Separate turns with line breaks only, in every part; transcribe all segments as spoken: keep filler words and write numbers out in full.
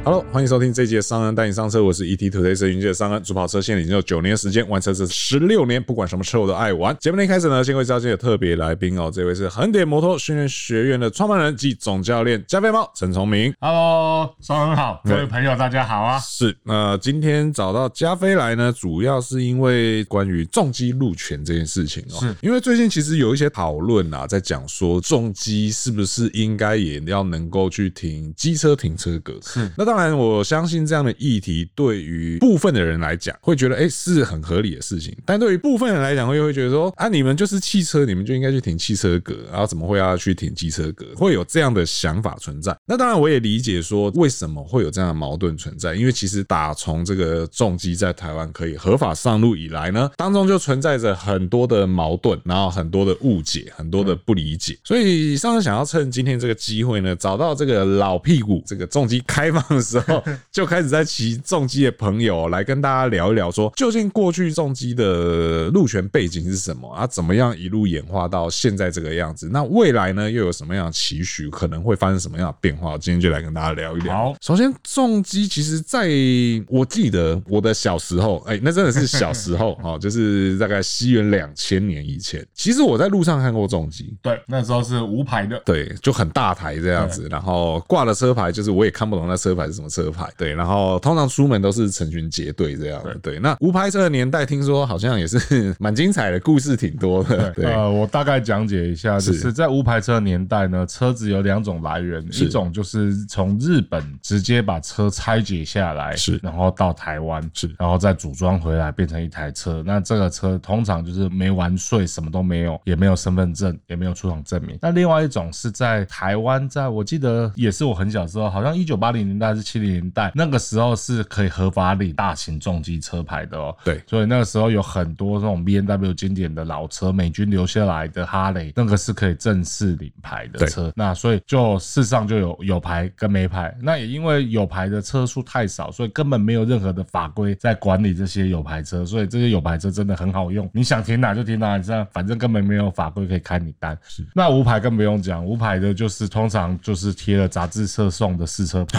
Hello， 欢迎收听这一集的商人带你上车，我是 E T Today 社群界的商人，主跑车线已经有九年的时间，玩车是十六年，不管什么车我都爱玩。节目的一开始呢，先会介绍今天的特别来宾哦，这位是横点摩托训练学院的创办人及总教练加菲猫陈崇明。
Hello， 商人好，各位朋友大家好啊。
是，那今天找到加菲来呢，主要是因为关于重机路权这件事情哦，是因为最近其实有一些讨论啊，在讲说重机是不是应该也要能够去停机车停车格？是，那当然我相信这样的议题对于部分的人来讲会觉得哎、欸、是很合理的事情，但对于部分人来讲会会觉得说啊你们就是汽车，你们就应该去停汽车格，然后怎么会要去停机车格？会有这样的想法存在。那当然我也理解说为什么会有这样的矛盾存在，因为其实打从这个重机在台湾可以合法上路以来呢，当中就存在着很多的矛盾，然后很多的误解，很多的不理解。所以上次想要趁今天这个机会呢，找到这个老屁股，这个重机开放的时候就开始在骑重机的朋友来跟大家聊一聊说，究竟过去重机的路权背景是什么啊？怎么样一路演化到现在这个样子？那未来呢又有什么样的期许？可能会发生什么样的变化？今天就来跟大家聊一聊。好，首先重机其实在我记得我的小时候，哎、欸，那真的是小时候哦，就是大概西元两千年以前，其实我在路上看过重机。
对，那时候是无牌的，
对，就很大台这样子，然后挂了车牌，就是我也看不懂那车牌是什么车牌。对，然后通常出门都是成群结队这样的。对，那无牌车的年代，听说好像也是蛮精彩的，故事挺多的。对，
对呃，我大概讲解一下，就是在无牌车的年代呢，车子有两种来源，一种就是从日本直接把车拆解下来，是，然后到台湾，是，然后再组装回来变成一台车。那这个车通常就是没完税，什么都没有，也没有身份证，也没有出厂证明。那另外一种是在台湾，在我记得也是我很小时候，好像一九八零年代还是七零年代，那个时候是可以合法领大型重机车牌的哦。对，所以那个时候有很多这种 B M W 经典的老车，美军留下来的哈雷，那个是可以正式领牌的车。那所以就事实上就有有牌跟没牌。那也因为有牌的车数太少，所以根本没有任何的法规在管理这些有牌车，所以这些有牌车真的很好用，你想停哪就停哪，这样反正根本没有法规可以开你单。那无牌更不用讲，无牌的就是通常就是贴了杂志社送的试车牌。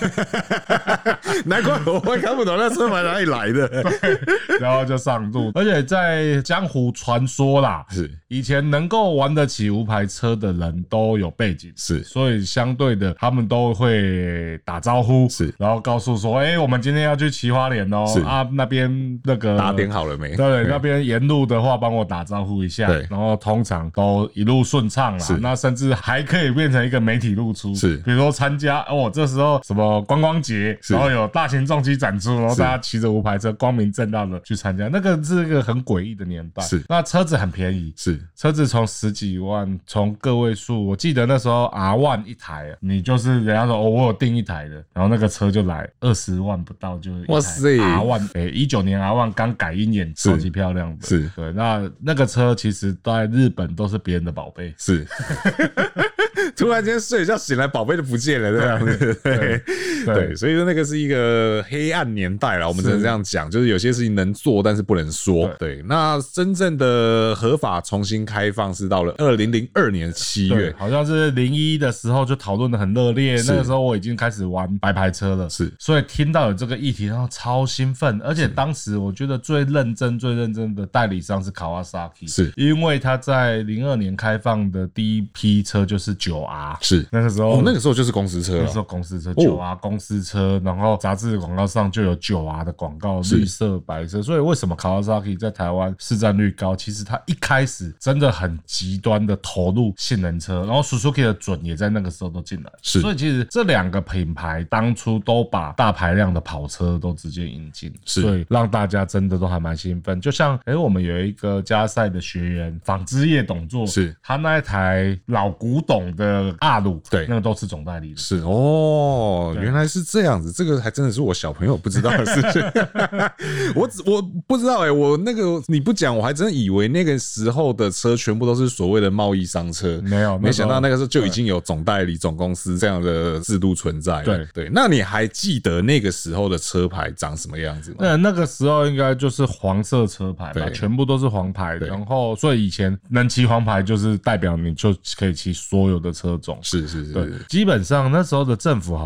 难怪我会看不懂那车牌哪里来的。
然后就上路，而且在江湖传说啦，是以前能够玩得起无牌车的人都有背景，是，所以相对的他们都会打招呼，是，然后告诉说，哎、欸，我们今天要去旗花莲哦，啊，那边那个
打点好了没？
对，那边沿路的话帮我打招呼一下，对，然后通常都一路顺畅啦，那甚至还可以变成一个媒体露出，是，比如说参加哦，这时候什么观光节，然后有大型重机展出，然后大家骑着无牌车光明正大的去参加，那个是一个很诡异的年代。是，那车子很便宜，是，车子从十几万，从个位数，我记得那时候 R 一 一台，你就是人家说哦，我有订一台的，然后那个车就来二十万不到就一台 R 一，诶，一九年 R 一 刚改鹰眼，超级漂亮的，是，对，那那个车其实在日本都是别人的宝贝，是。
突然间睡一觉醒来，宝贝就不见了，这样子。对 对, 对, 对，所以说那个是一个黑暗年代啦，我们只能这样讲，就是有些事情能做，但是不能说。对，对，那真正的合法重新开放是到了二零零二年七月，
好像是零一的时候就讨论的很热烈，那个时候我已经开始玩白牌车了，是，所以听到有这个议题，然后超兴奋，而且当时我觉得最认真、最认真的代理商是 Kawasaki， 是，因为他在零二年开放的第一批车就是九 R， 是，那个时候、
哦、那个时候就是公司车了，
那时候公司车九 R 公司车，然后杂志广告上就有九 R 的广告，绿色、白色，所以为什么 Kawasaki 在台湾市占率高？其实它一开始真的很极端的投入性能车，然后 Suzuki 的准也在那个时候都进来，是，所以其实这两个品牌当初都把大排量的跑车都直接引进，是，所以让大家真的都还蛮兴奋。就像哎、欸，我们有一个加赛的学员纺织业董座，是他那一台老古董的阿鲁，对，那个都是总代理的，
是哦，原来是这样子，这个还真的是我小朋友不知道的事情。我我不知道哎、欸，我那个你不讲，我还真以为那个时候的车全部都是所谓的贸易商车，
没有，
没想到那个时候就已经有总代理、总公司这样的制度存在了。对对，那你还记得那个时候的车牌长什么样子吗？
那那个时候应该就是黄色车牌吧，全部都是黄牌的。然后，所以以前能骑黄牌就是代表你就可以骑所有的车种。是是是，对，基本上那时候的政府好像也没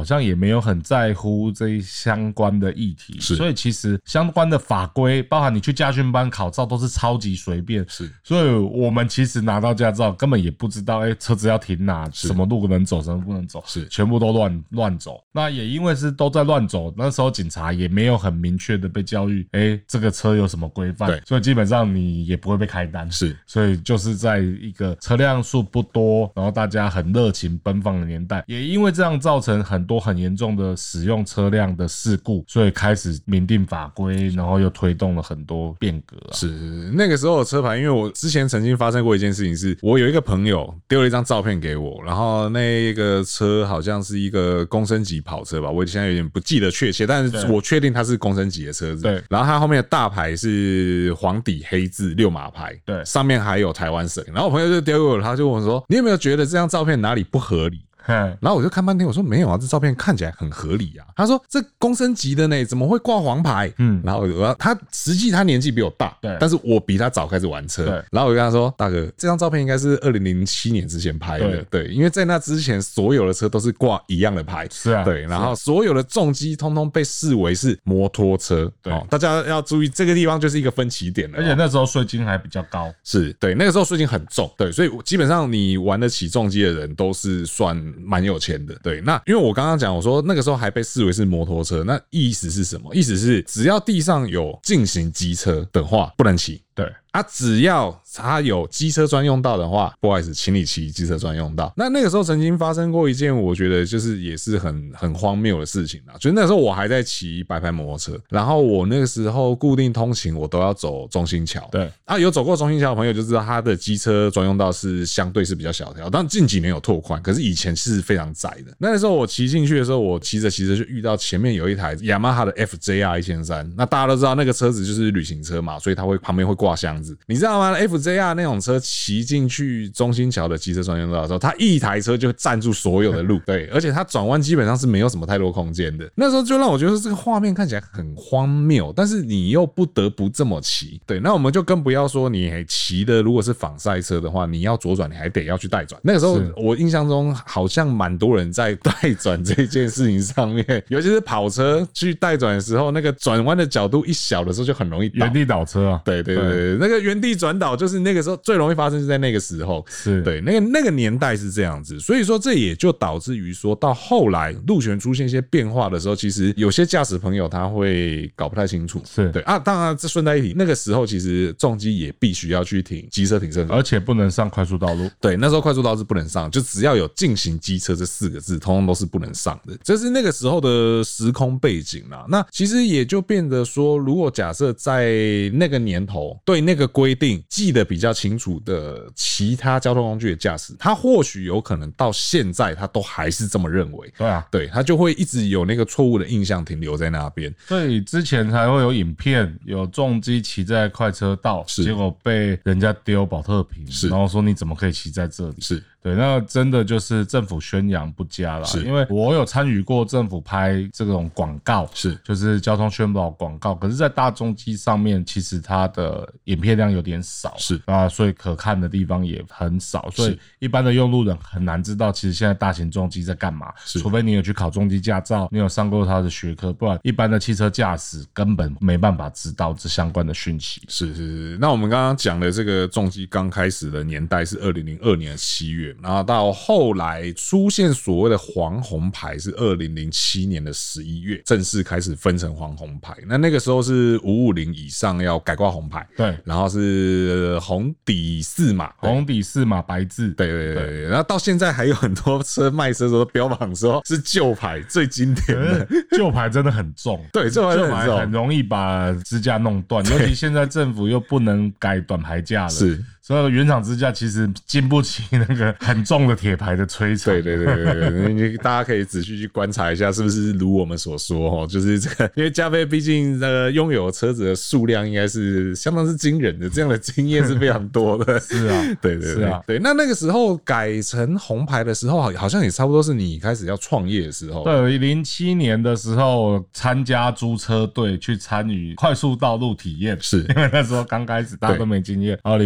没有很在乎这一相关的议题，所以其实相关的法规，包含你去驾训班考照都是超级随便，
是，
所以我们其实拿到驾照根本也不知道，哎、欸，车子要停哪，什么路能走，什么不能走，
是，
全部都乱乱走。那也因为是都在乱走，那时候警察也没有很明确的被教育，哎、欸，这个车有什么规范，所以基本上你也不会被开单，
是，
所以就是在一个车辆数不多，然后大家很热情奔放的年代，也因为这样造成很多很严重的使用车辆的事故，所以开始明定法规，然后又推动了很多变革、啊。
是那个时候的车牌，因为我之前曾经发生过一件事情，是我有一个朋友丢了一张照片给我，然后那个车好像是一个公升级跑车吧，我现在有点不记得确切，但是我确定它是公升级的车子。
对，
然后它后面的大牌是黄底黑字六马牌，
对，
上面还有台湾省。然后我朋友就丢给我，他就问我说：“你有没有觉得这张照片哪里不合理？”然后我就看半天，我说没有啊，这照片看起来很合理啊。他说这公升级的呢，怎么会挂黄牌？嗯，然后我他实际他年纪比我大，对，但是我比他早开始玩车。对，然后我就跟他说，大哥，这张照片应该是二零零七年之前拍的，对，对，因为在那之前所有的车都是挂一样的牌，
是啊，
对，然后所有的重机通通被视为是摩托车，对，哦、大家要注意这个地方就是一个分歧点了，
而且那时候税金还比较高，
是对，那个时候税金很重，对，所以基本上你玩得起重机的人都是算蛮有钱的。对，那因为我刚刚讲，我说那个时候还被视为是摩托车，那意思是什么？意思是只要地上有进行机车的话，不能骑。
对
啊，只要它有机车专用道的话，不好意思，请你骑机车专用道。那那个时候曾经发生过一件，我觉得就是也是很很荒谬的事情啦。就是那时候我还在骑白牌摩托车，然后我那个时候固定通勤，我都要走中心桥。
对
啊，有走过中心桥的朋友就知道，它的机车专用道是相对是比较小条，但近几年有拓宽，可是以前是非常窄的。那时候我骑进去的时候，我骑着骑着就遇到前面有一台雅马哈的 F J R 一千三，那大家都知道那个车子就是旅行车嘛，所以它会旁边会挂箱子。你知道吗 ？F J R 那种车骑进去中心桥的机车专用道的时候，它一台车就占住所有的路，对，而且它转弯基本上是没有什么太多空间的。那时候就让我觉得这个画面看起来很荒谬，但是你又不得不这么骑，对。那我们就更不要说你骑的如果是仿赛车的话，你要左转，你还得要去带转。那个时候我印象中好像蛮多人在带转这件事情上面，尤其是跑车去带转的时候，那个转弯的角度一小的时候就很容易倒
原地倒车啊。
对对 对, 對，那个原地转倒就是那个时候最容易发生，是在那个时候，
是
对那个那个年代是这样子，所以说这也就导致于说到后来路权出现一些变化的时候，其实有些驾驶朋友他会搞不太清楚，
是
对啊。当然这顺带一提，那个时候其实重机也必须要去停机车停车，
而且不能上快速道路。
对，那时候快速道路是不能上，就只要有进行机车这四个字，通通都是不能上的。这是那个时候的时空背景啦。那其实也就变得说，如果假设在那个年头对那个规定记得比较清楚的其他交通工具的驾驶，他或许有可能到现在他都还是这么认为。
对啊，
对，他就会一直有那个错误的印象停留在那边。
所以之前才会有影片，有重机骑在快车道，结果被人家丢保特瓶，然后说你怎么可以骑在这里？
是。
对，那真的就是政府宣扬不佳啦，因为我有参与过政府拍这种广告，
是
就是交通宣导广告，可是在大众机上面其实它的影片量有点少，
是
啊，所以可看的地方也很少，所以一般的用路人很难知道其实现在大型重机在干嘛，除非你有去考重机驾照，你有上过它的学科，不然一般的汽车驾驶根本没办法知道这相关的讯息。
是是是，那我们刚刚讲的这个重机刚开始的年代是二零零二年的七月。然后到后来出现所谓的黄红牌是二零零七年的十一月正式开始分成黄红牌，那那个时候是五五零以上要改挂红牌，
对，
然后是红底四码，
红底四码白字，
对对 对, 对, 对，然后到现在还有很多车卖车的时候标榜说是旧牌最经典的，
旧牌真的很重，
对，旧牌很重，
很容易把支架弄断，尤其现在政府又不能改短牌架了，
是。
所以原厂支架其实经不起那个很重的铁牌的摧残。
对对对对对，大家可以仔细去观察一下，是不是如我们所说哦，就是这个，因为加菲毕竟呃拥有车子的数量应该是相当是惊人的，这样的经验是非常多的。
是啊，
对对对，是啊，对。那那个时候改成红牌的时候，好像也差不多是你开始要创业的时候。
对，零七年的时候参加租车队去参与快速道路体验，
是
因为那时候刚开始大家都没经验。然后零八年我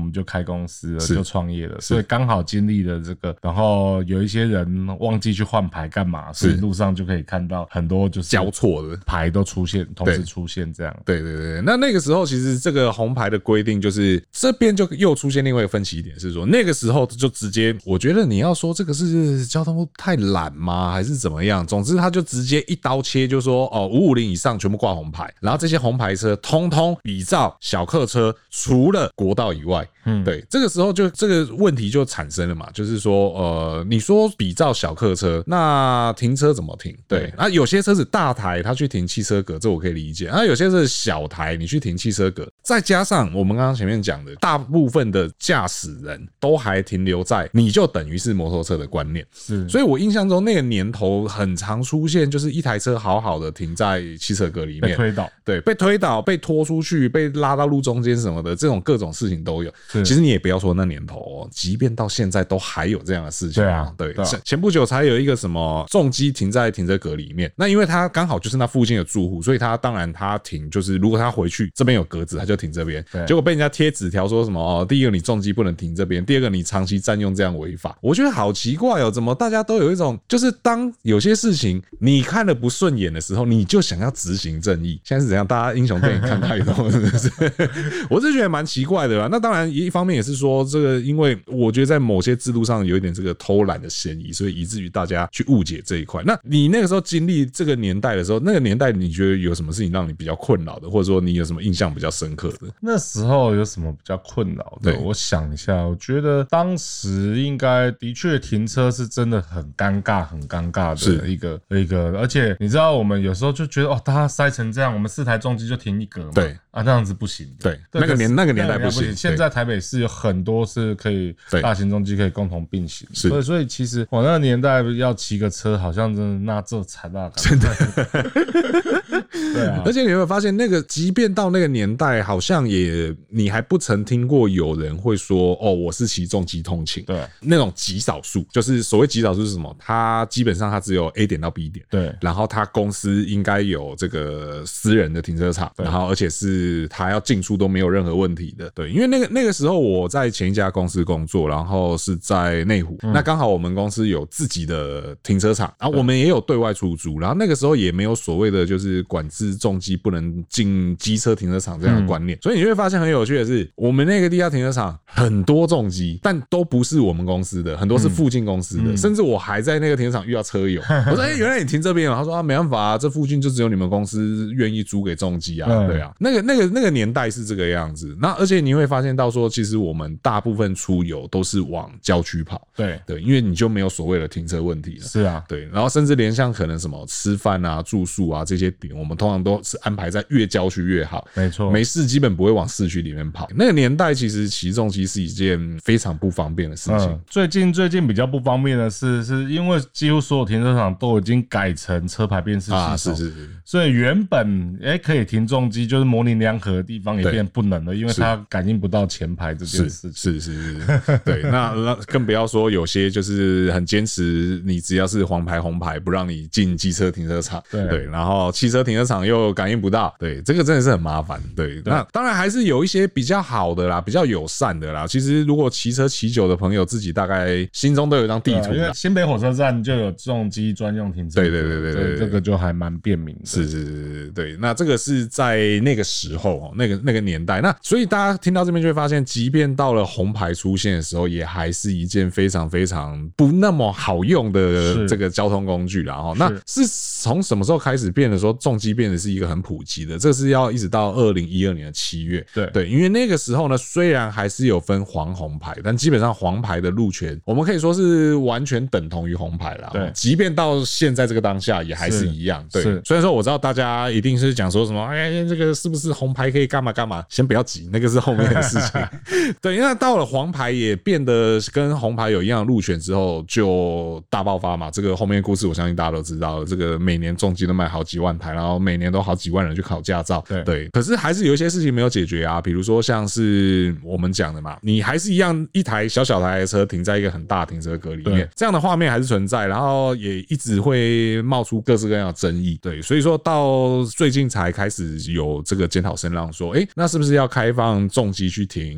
们就开公司了，就创业了，所以刚好经历了这个，然后有一些人忘记去换牌干嘛，所以路上就可以看到很多就是
交错的
牌都出现，同时出现这样。
对对对，那那个时候其实这个红牌的规定就是这边就又出现另外一个分歧点，是说那个时候就直接，我觉得你要说这个是交通部太懒吗，还是怎么样？总之他就直接一刀切，就说哦，五五零以上全部挂红牌，然后这些红牌车通通比照小客车，除了国道以外。嗯，对，这个时候就这个问题就产生了嘛，就是说，呃，你说比照小客车，那停车怎么停？对，啊，有些车子大台他去停汽车格，这我可以理解，啊，有些是小台你去停汽车格，再加上我们刚刚前面讲的，大部分的驾驶人都还停留在你就等于是摩托车的观念，是，所以我印象中那个年头很常出现，就是一台车好好的停在汽车格里面，
被推倒，
对，被推倒，被拖出去，被拉到路中间什么的，这种各种事情都有。其实你也不要说那年头哦，即便到现在都还有这样的事情。
对啊，
对，前不久才有一个什么重机停在停车格里面，那因为他刚好就是那附近的住户，所以他当然他停就是如果他回去这边有格子，他就停这边。结果被人家贴纸条说什么哦，第一个你重机不能停这边，第二个你长期占用这样违法。我觉得好奇怪哦，怎么大家都有一种就是当有些事情你看了不顺眼的时候，你就想要执行正义。现在是怎样？大家英雄电影看太多，是不是？我是觉得蛮奇怪的啦。那当然一方面也是说这个，因为我觉得在某些制度上有一点这个偷懒的嫌疑，所以以至于大家去误解这一块。那你那个时候经历这个年代的时候，那个年代你觉得有什么事情让你比较困扰的，或者说你有什么印象比较深刻的？
那时候有什么比较困扰的？我想一下，我觉得当时应该的确停车是真的很尴尬，很尴尬的一个一个，而且你知道我们有时候就觉得哦，大家塞成这样，我们四台重机就停一格嘛，对啊，这样子不行的，
对，那个年那个年代不行。
现在台北市有很多是可以大型重机可以共同并行，所以所以其实我那个年代要骑个车，好像真的那这惨啊，真的。对啊，
而且你有没有发现，那个即便到那个年代，好像也你还不曾听过有人会说哦，我是骑重机通勤。
对，
那种极少数，就是所谓极少数是什么？他基本上他只有 A 点到 B 点，
对，
然后他公司应该有这个私人的停车场，然后而且是他要进出都没有任何问题的。对，因为那个那个时候我在前一家公司工作，然后是在内湖，嗯、那刚好我们公司有自己的停车场，然后我们也有对外出租，然后那个时候也没有所谓的就是管制重机不能进机车停车场这样的观念，嗯、所以你会发现很有趣的是，我们那个地下停车场很多重机，但都不是我们公司的，很多是附近公司的，嗯、甚至我还在那个停车场遇到车友，我说哎、欸，原来你停这边啊？他说啊，没办法啊，这附近就只有你们公司愿意租给重机啊，嗯、对啊，那个那个那个年代是这个样子，那而且你会发现到说，其实我们大部分出游都是往郊区跑，
对
对，因为你就没有所谓的停车问题了，
是啊，
对，然后甚至连像可能什么吃饭啊、住宿啊这些点，我们通常都是安排在越郊区越好，
没错，
没事基本不会往市区里面跑。那个年代其实骑重机是一件非常不方便的事情。嗯、
最近最近比较不方便的是，是因为几乎所有停车场都已经改成车牌辨识系统，啊、是是是，所以原本哎、欸、可以停重机，就是模棱两可的地方也变不能了，因为它感应不到前排这件事情。
是是是是，对，那那更不要说有些就是很坚持，你只要是黄牌红牌不让你进机车停车场，对对，然后汽车停车场又感应不到，对，这个真的是很麻烦。对，那当然还是有一些比较好的啦，比较友善的啦。其实如果骑车骑久的朋友，自己大概心中都有一张地图啦，
因为新北火车站就有重机专用停车，
对对对对 对, 对，
这个就还蛮便民的。
是是是，对，那这个是在那个时候哦，那个那个年代，那所以大家听到这边就会发现，即便到了红牌出现的时候，也还是一件非常非常不那么好用的这个交通工具啦。哈，那是从什么时候开始变得说重机变得是一个很普及的？这是要一直到二零一二年的七月，对对，因为那个时候呢，虽然还是有分黄红牌，但基本上黄牌的路权，我们可以说是完全等同于红牌啦。对，即便到现在这个当下，也还是一样。对，虽然说我知道大家一定是讲说什么，哎，这个是不是红牌可以干嘛干嘛？先不要急，那个是后面的事情。对，那到了黄牌也变得跟红牌有一样的路权之后，就大爆发嘛。这个后面的故事我相信大家都知道了，这个每年重机都卖好几万台，然后每年都好几万人去考驾照。对对，可是还是有一些事情没有解决啊，比如说像是我们讲的嘛，你还是一样一台小小台的车停在一个很大的停车格里面，这样的画面还是存在，然后也一直会冒出各式各样的争议。对，所以说到最近才开始有这个检讨声浪说，哎，那是不是要开放重机去停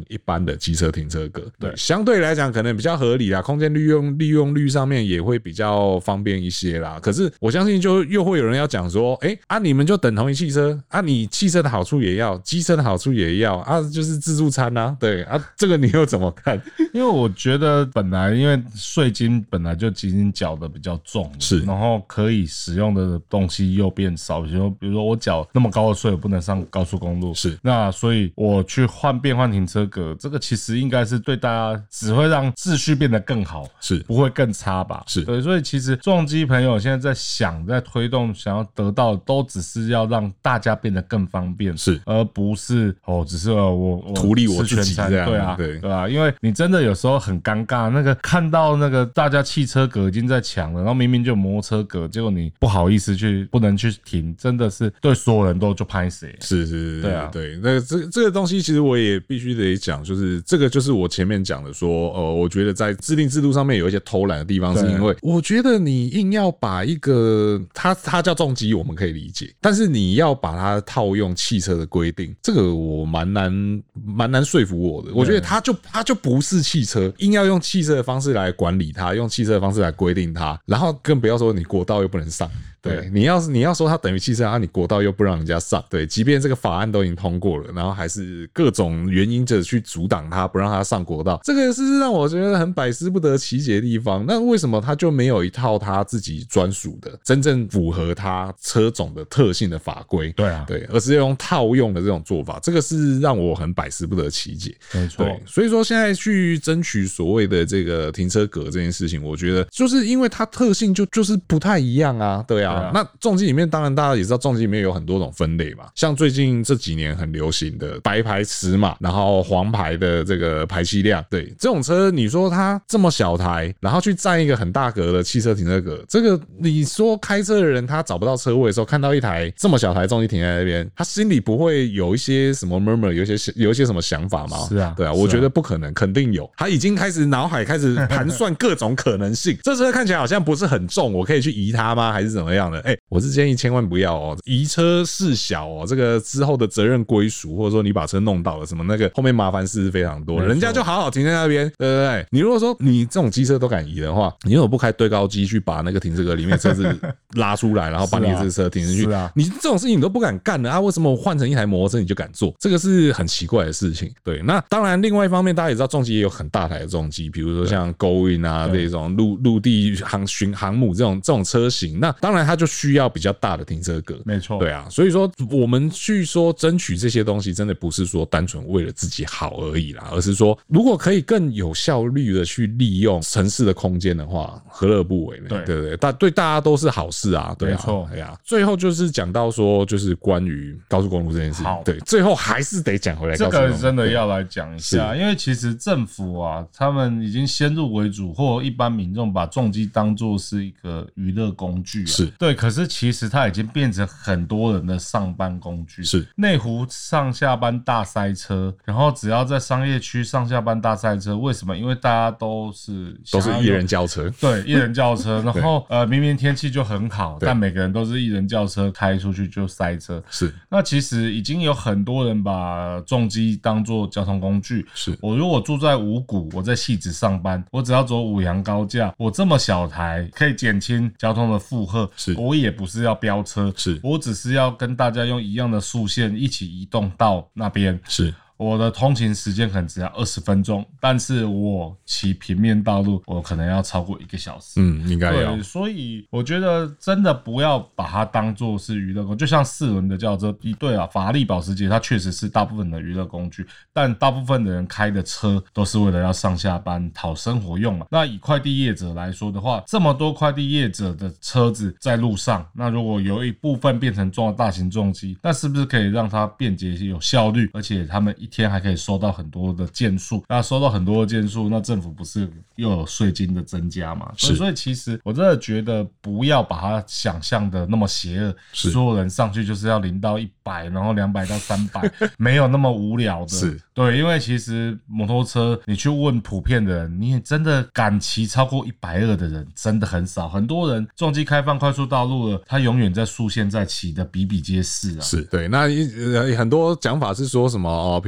一般的机车停车格，对，相对来讲可能比较合理啦，空间利用利用率上面也会比较方便一些啦。可是我相信就又会有人要讲说，哎、欸、啊，你们就等同于汽车啊，你汽车的好处也要，机车的好处也要啊，就是自助餐啊，对啊，这个你又怎么看？
因为我觉得本来因为税金本来就已经缴的比较重，
是，
然后可以使用的东西又变少，比如说比如说我缴那么高的税，我不能上高速公路，
是，
那所以我去换变换停车格，这个其实应该是对大家只会让秩序变得更好，
是，
不会更差吧？
是
对，所以其实重机朋友现在在想，在推动，想要得到，都只是要让大家变得更方便，
是，
而不是哦，只是我我
图利我自己这样，
对啊，
对
对啊，因为你真的有时候很尴尬，那个看到那个大家汽车格已经在抢了，然后明明就有摩托车格，结果你不好意思去，不能去停，真的是对所有人都就拍谁，
是是是，
对啊，
对，那这这个东西其实我也必须得讲，就是这个就是我前面讲的说，呃，我觉得在制定制度上面有一些偷懒的地方，是因为我觉得你硬要把一个它它叫重机，我们可以理解，但是你要把它套用汽车的规定，这个我蛮难蛮难说服我的。我觉得它就它就不是汽车，硬要用汽车的方式来管理它，用汽车的方式来规定它，然后更不要说你国道又不能上。对，你要是你要说它等于汽车啊，你国道又不让人家上，对，即便这个法案都已经通过了，然后还是各种原因者去阻挡它，不让它上国道，这个是让我觉得很百思不得其解的地方。那为什么它就没有一套它自己专属的、真正符合它车种的特性的法规？
对啊，
对，而是用套用的这种做法，这个是让我很百思不得其解。
没错，
对，所以说现在去争取所谓的这个停车格这件事情，我觉得就是因为它特性就就是不太一样啊，对啊。对啊，那重机里面当然大家也知道，重机里面有很多种分类嘛，像最近这几年很流行的白牌尺码，然后黄牌的这个排气量，对，这种车你说它这么小台，然后去占一个很大格的汽车停车格，这个你说开车的人他找不到车位的时候，看到一台这么小台重机停在那边，他心里不会有一些什么 murmur， 有一些有一些什么想法吗？
是啊，
对啊，我觉得不可能，肯定有，他已经开始脑海开始盘算各种可能性。这车看起来好像不是很重，我可以去移它吗？还是怎么样的？哎、欸，我是建议千万不要哦，移车事小哦，这个之后的责任归属，或者说你把车弄倒了什么，那个后面麻烦事非常多，人家就好好停在那边，对不对？你如果说你这种机车都敢移的话，你为什么不开堆高机去把那个停车格里面车子拉出来，然后把你这车停进去？
是啊，
你这种事情你都不敢干的啊，为什么换成一台摩托车你就敢做？这个是很奇怪的事情。对，那当然另外一方面，大家也知道重机也有很大台的重机，比如说像勾运啊这种陆陆地航巡航母这种这种车型，那当然它就需要比较大的停车格。
没错，
对啊，所以说我们去说争取这些东西，真的不是说单纯为了自己好而已啦，而是说如果可以更有效率的去利用城市的空间的话，何乐不为呢？对对对，但对大家都是好事啊，对啊，
没错，
对啊。最后就是讲到说，就是关于高速公路这件事情，对，最后还是得讲回来高速公路，
这个真的要来讲一下，因为其实政府啊，他们已经先入为主，或一般民众把重机当作是一个娱乐工具啊，
是对，
可是其实它已经变成很多人的上班工具，
是
内湖上下班大塞车，然后只要在商业区上下班大塞车，为什么？因为大家都是
都是一人轿车，
对，一人轿车，然后呃明明天气就很好，但每个人都是一人轿车开出去就塞车，
是。
那其实已经有很多人把重机当作交通工具，
是。
我如果住在五股，我在汐止上班，我只要走五羊高架，我这么小台可以减轻交通的负荷，是。我也不是要飙车，是。我只是要跟大家用一样的速线一起移动到那边，是。我的通勤时间可能只要二十分钟，但是我骑平面道路，我可能要超过一个小时。
嗯，应该要。
对，所以我觉得真的不要把它当作是娱乐工具，就像四轮的轿车，对啊，法拉利、保时捷它确实是大部分的娱乐工具，但大部分的人开的车都是为了要上下班、讨生活用嘛。那以快递业者来说的话，这么多快递业者的车子在路上，那如果有一部分变成重大型重机，那是不是可以让它便捷、有效率，而且他们一天还可以收到很多的件数，那收到很多的件数，那政府不是又有税金的增加嘛？所以，所以其实我真的觉得不要把它想象的那么邪恶，所有人上去就是要零到一百，然后两百到三百，没有那么无聊的。是，对，因为其实摩托车你去问普遍的人，你也真的敢骑超过一百二的人真的很少，很多人重机开放快速道路了，他永远在速线在骑的比比皆是啊。
是对，那很多讲法是说什么哦，比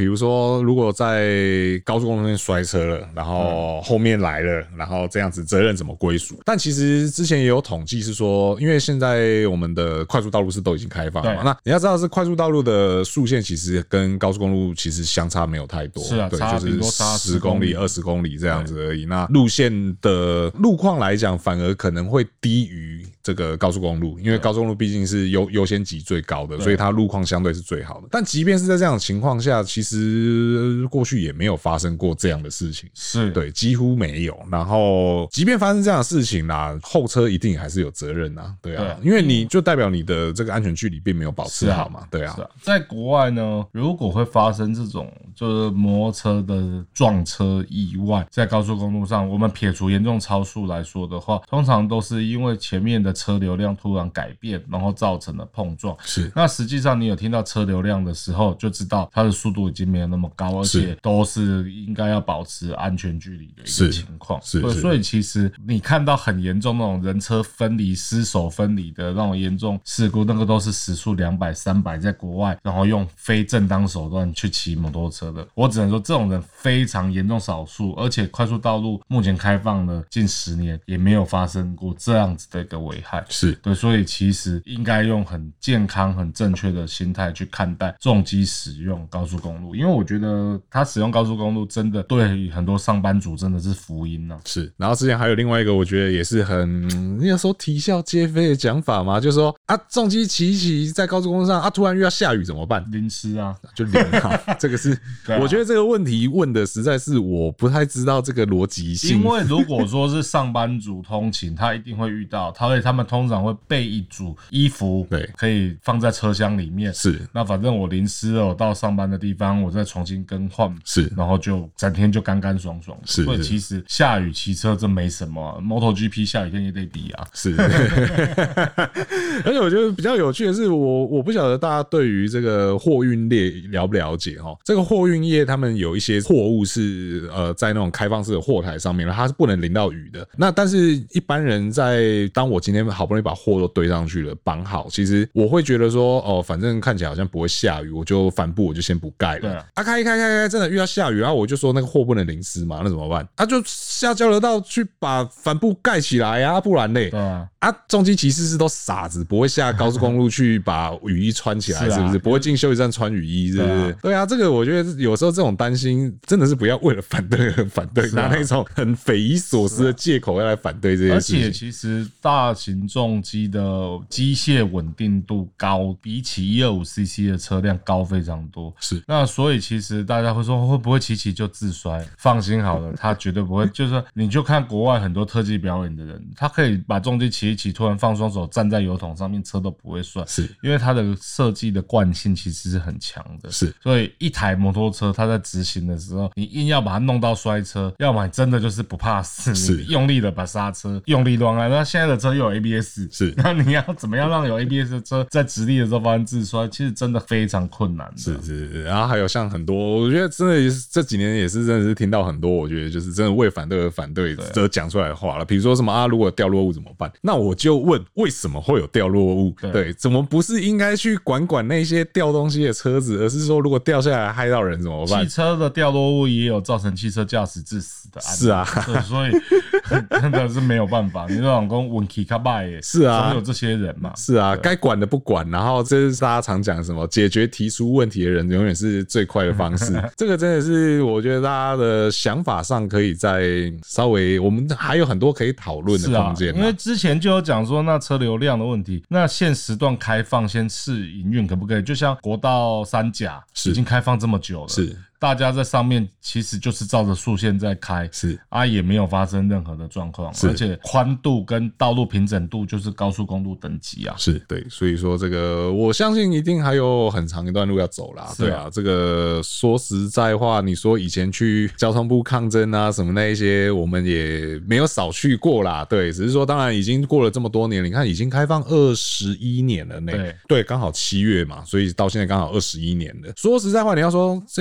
如说如果在高速公路上面摔车了，然后后面来了，然后这样子责任怎么归属？但其实之前也有统计是说，因为现在我们的快速道路是都已经开放了嘛，那你要知道是快速道路的速限其实跟高速公路其实相差没有太多，
是啊，
对，
差
就是十公里、二十公里这样子而已。那路线的路况来讲，反而可能会低于这个高速公路，因为高速公路毕竟是优优先级最高的，所以它路况相对是最好的。但即便是在这样的情况下，其实过去也没有发生过这样的事情，
是
对，几乎没有。然后即便发生这样的事情啦，后车一定还是有责任啊，对啊，对啊，因为你就代表你的这个安全距离并没有保持好嘛，对啊。
是啊，在国外呢，如果会发生这种就是摩托车的撞车意外，在高速公路上，我们撇除严重超速来说的话，通常都是因为前面的车流量突然改变，然后造成了碰撞。
是，
那实际上你有听到车流量的时候，就知道它的速度已经没有那么高，而且都是应该要保持安全距离的一个情况。
是，是，
所以其实你看到很严重那种人车分离、失手分离的那种严重事故，那个都是时速两百、三百，在国外，然后用非正当手段去骑摩托车的。我只能说，这种人非常严重少数，而且快速道路目前开放了近十年，也没有发生过这样子的一个危害。
是
对，所以其实应该用很健康、很正确的心态去看待重机使用高速公路，因为我觉得他使用高速公路真的对很多上班族真的是福音啊。
是，然后之前还有另外一个，我觉得也是很那个时候啼笑皆非的讲法嘛，就是说啊，重机骑一骑在高速公路上啊，突然又要下雨怎么办？
淋湿啊，
就淋啊，这个是、啊，我觉得这个问题问的实在是我不太知道这个逻辑性。
因为如果说是上班族通勤，他一定会遇到，他会他们通常会备一组衣服，
对，
可以放在车厢里面。
是，
那反正我淋湿了，我到上班的地方，我再重新更换，
是，
然后就整天就干干爽爽。
是，
所以其实下雨骑车真没什么、啊、，MotoGP 下雨天也得比啊。
是，而且我觉得比较有趣的是，我我不晓得大家对于这个货运业了不了解哈？这个货运业他们有一些货物是呃在那种开放式的货台上面，它是不能淋到雨的。那但是一般人在当我今天好不容易把货都堆上去了，绑好，其实我会觉得说哦，反正看起来好像不会下雨，我就帆布我就先不盖了。对啊，啊开开开开，真的遇到下雨，然后我就说那个货不能淋湿嘛，那怎么办？啊就下交流道去把帆布盖起来啊，不然嘞，
对啊，
啊重机骑士是都傻子，不会下高速公路去把雨衣穿起来，是不是？不会进休息站穿雨衣，是不是？对啊，这个我觉得有时候这种担心真的是不要为了反对而反对，拿那种很匪夷所思的借口要来反对这些事情。
而且其实大型重机的机械稳定度高，比起一百二十五 C C 的车辆高非常多。
是，
那所以其实大家会说会不会骑骑就自摔？放心好了，他绝对不会。就是你就看国外很多特技表演的人，他可以把重机骑一骑，突然放双手站在油桶上面，车都不会摔。
是，
因为它的设计的惯性其实是很强的。
是，
所以一台摩托车它在执行的时候，你硬要把它弄到摔车，要么真的就是不怕死，你用力的把刹车用力乱按。那现在的车又有 A B S，
是，
那你要怎么样让有 A B S 的车在直立的时候发生自摔？其实真的非常困难的。
是是是，然后还有像很多，我觉得真的这几年也是真的是听到很多，我觉得就是真的为反对而反对而讲出来的话了。比如说什么啊，如果掉落物怎么办？那我就问，为什么会有掉落物？对，对，怎么不是应该去管管那些掉东西的车子，而是说如果掉下来害到人怎么办？
汽车的掉落物也有造成汽车驾驶致死的案例。
是啊，
对，所以真的是没有办法。你老公稳起卡拜耶，
是啊，
总有这些人嘛。
是啊，该管的不管，然后这是大家常讲什么解决提出问题的人永远是最快的方式。这个真的是我觉得大家的想法上可以再稍微，我们还有很多可以讨论的空间、啊。
因为之前就有讲说，那车流量的问题，那限时段开放先试营运可不可以？就像国道三甲已经开放这么久了，
是。
大家在上面其实就是照着速线在开，
是
啊，也没有发生任何的状况，而且宽度跟道路平整度就是高速公路等级啊，
是对，所以说这个我相信一定还有很长一段路要走啦，对啊，这个说实在话，你说以前去交通部抗争啊什么那一些，我们也没有少去过啦，对，只是说当然已经过了这么多年，你看已经开放二十一年了呢，对，对，刚好七月嘛，所以到现在刚好二十一年了。说实在话，你要说这些路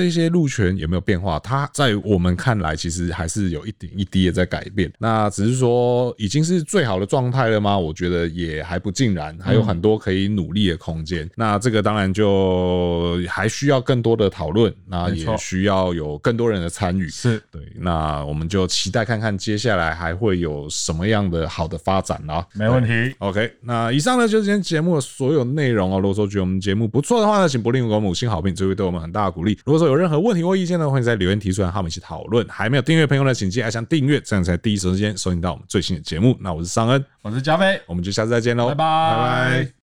路权有没有变化？它在我们看来其实还是有一点一滴的在改变。那只是说已经是最好的状态了吗？我觉得也还不尽然，还有很多可以努力的空间。嗯、那这个当然就还需要更多的讨论，那也需要有更多人的参与。
是
对，那我们就期待看看接下来还会有什么样的好的发展啦。
没问题。
OK， 那以上呢就是今天节目的所有内容哦。如果说觉得我们节目不错的话呢，请不吝给我们五星好评，这会对我们很大的鼓励。如果说有任何问题或意见呢，欢迎在留言提出来，和我们一起讨论。还没有订阅的朋友呢，请记得按下订阅，这样才第一时间收听到我们最新的节目。那我是尚恩，
我是加菲，
我们就下次再见喽，
拜拜。
拜拜。